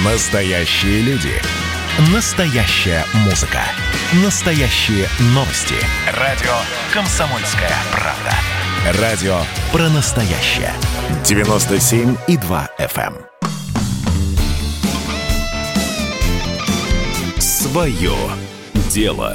Настоящие люди. Настоящая музыка. Настоящие новости. Радио «Комсомольская правда». Радио про настоящее. 97,2 FM. Свое дело.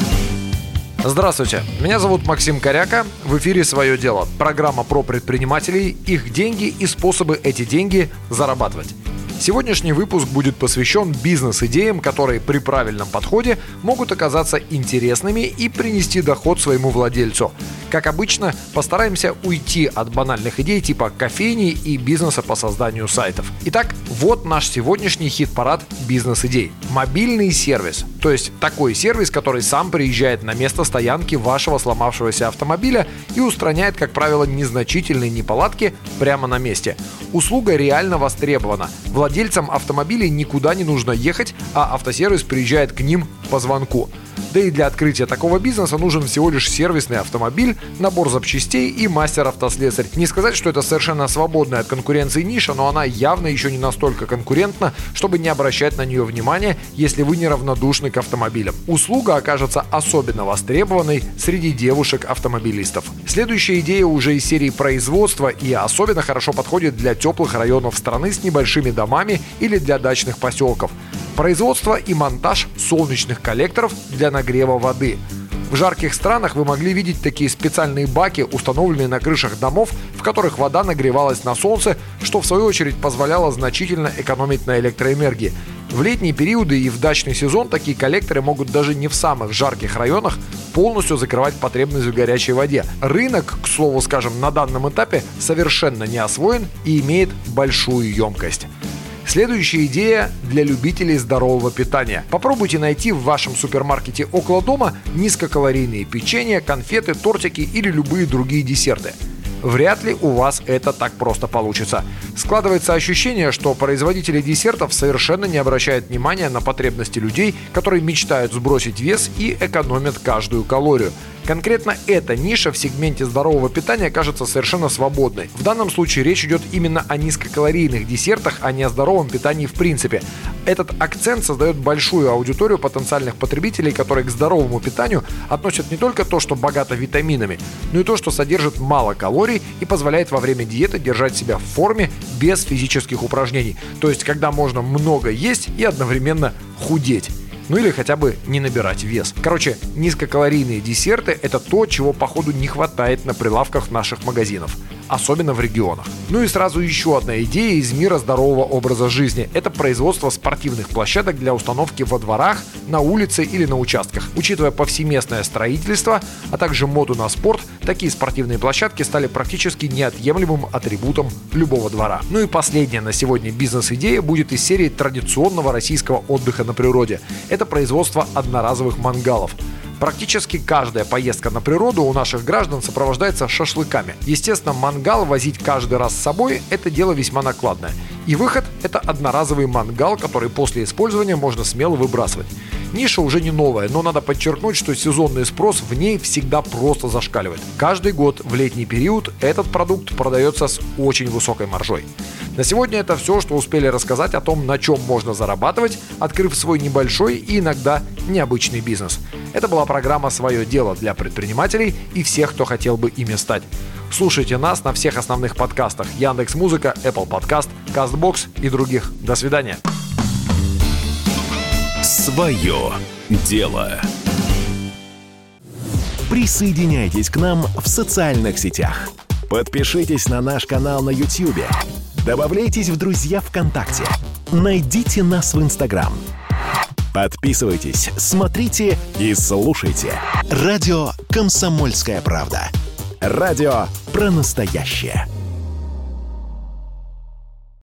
Здравствуйте, меня зовут Максим Коряка. В эфире «Свое дело». Программа про предпринимателей, их деньги и способы эти деньги зарабатывать. Сегодняшний выпуск будет посвящен бизнес-идеям, которые при правильном подходе могут оказаться интересными и принести доход своему владельцу. Как обычно, постараемся уйти от банальных идей типа кофейни и бизнеса по созданию сайтов. Итак, вот наш сегодняшний хит-парад бизнес-идей. Мобильный сервис, то есть такой сервис, который сам приезжает на место стоянки вашего сломавшегося автомобиля и устраняет, как правило, незначительные неполадки прямо на месте. Услуга реально востребована. Владельцам автомобилей никуда не нужно ехать, а автосервис приезжает к ним по звонку. Да и для открытия такого бизнеса нужен всего лишь сервисный автомобиль, набор запчастей и мастер-автослесарь. Не сказать, что это совершенно свободная от конкуренции ниша, но она явно еще не настолько конкурентна, чтобы не обращать на нее внимания, если вы неравнодушны к автомобилям. Услуга окажется особенно востребованной среди девушек-автомобилистов. Следующая идея уже из серии производства и особенно хорошо подходит для теплых районов страны с небольшими домами или для дачных поселков. Производство и монтаж солнечных коллекторов для нагрева воды. В жарких странах вы могли видеть такие специальные баки, установленные на крышах домов, в которых вода нагревалась на солнце, что в свою очередь позволяло значительно экономить на электроэнергии. В летние периоды и в дачный сезон такие коллекторы могут даже не в самых жарких районах полностью закрывать потребность в горячей воде. Рынок, к слову скажем, на данном этапе совершенно не освоен и имеет большую емкость. Следующая идея для любителей здорового питания. Попробуйте найти в вашем супермаркете около дома низкокалорийные печенья, конфеты, тортики или любые другие десерты. Вряд ли у вас это так просто получится. Складывается ощущение, что производители десертов совершенно не обращают внимания на потребности людей, которые мечтают сбросить вес и экономят каждую калорию. Конкретно эта ниша в сегменте здорового питания кажется совершенно свободной. В данном случае речь идет именно о низкокалорийных десертах, а не о здоровом питании в принципе. Этот акцент создает большую аудиторию потенциальных потребителей, которые к здоровому питанию относят не только то, что богато витаминами, но и то, что содержит мало калорий и позволяет во время диеты держать себя в форме без физических упражнений. То есть, когда можно много есть и одновременно худеть. Ну или хотя бы не набирать вес. Короче, низкокалорийные десерты – это то, чего походу не хватает на прилавках наших магазинов. Особенно в регионах. Ну и сразу еще одна идея из мира здорового образа жизни. Это производство спортивных площадок для установки во дворах, на улице или на участках. Учитывая повсеместное строительство, а также моду на спорт, такие спортивные площадки стали практически неотъемлемым атрибутом любого двора. Ну и последняя на сегодня бизнес-идея будет из серии традиционного российского отдыха на природе. Это производство одноразовых мангалов. Практически каждая поездка на природу у наших граждан сопровождается шашлыками. Естественно, мангал возить каждый раз с собой – это дело весьма накладное. И выход – это одноразовый мангал, который после использования можно смело выбрасывать. Ниша уже не новая, но надо подчеркнуть, что сезонный спрос в ней всегда просто зашкаливает. Каждый год в летний период этот продукт продается с очень высокой маржой. На сегодня это все, что успели рассказать о том, на чем можно зарабатывать, открыв свой небольшой и иногда необычный бизнес. Это была программа «Свое дело» для предпринимателей и всех, кто хотел бы ими стать. Слушайте нас на всех основных подкастах: Яндекс.Музыка, Apple Podcast, Castbox и других. До свидания. Свое дело. Присоединяйтесь к нам в социальных сетях. Подпишитесь на наш канал на YouTube. Добавляйтесь в друзья ВКонтакте. Найдите нас в Инстаграм. Подписывайтесь, смотрите и слушайте. Радио «Комсомольская правда». Радио про настоящее.